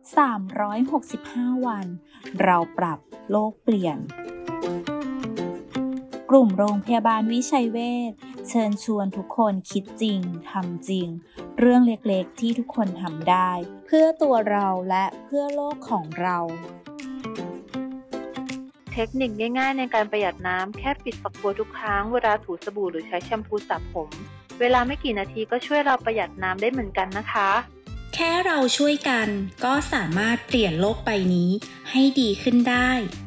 365 วันเราปรับโลกเปลี่ยนกลุ่มโรงพยาบาลวิชัยเวชเชิญชวนทุกคนคิดจริงทำจริงเรื่องเล็กๆที่ทุกคนทำได้เพื่อตัวเราและเพื่อโลกของเราเทคนิคง่ายๆในการประหยัดน้ำแค่ปิดฝักบัวทุกครั้งเวลาถูสบู่หรือใช้แชมพูสระผมเวลาไม่กี่นาทีก็ช่วยเราประหยัดน้ำได้เหมือนกันนะคะแค่เราช่วยกันก็สามารถเปลี่ยนโลกใบนี้ให้ดีขึ้นได้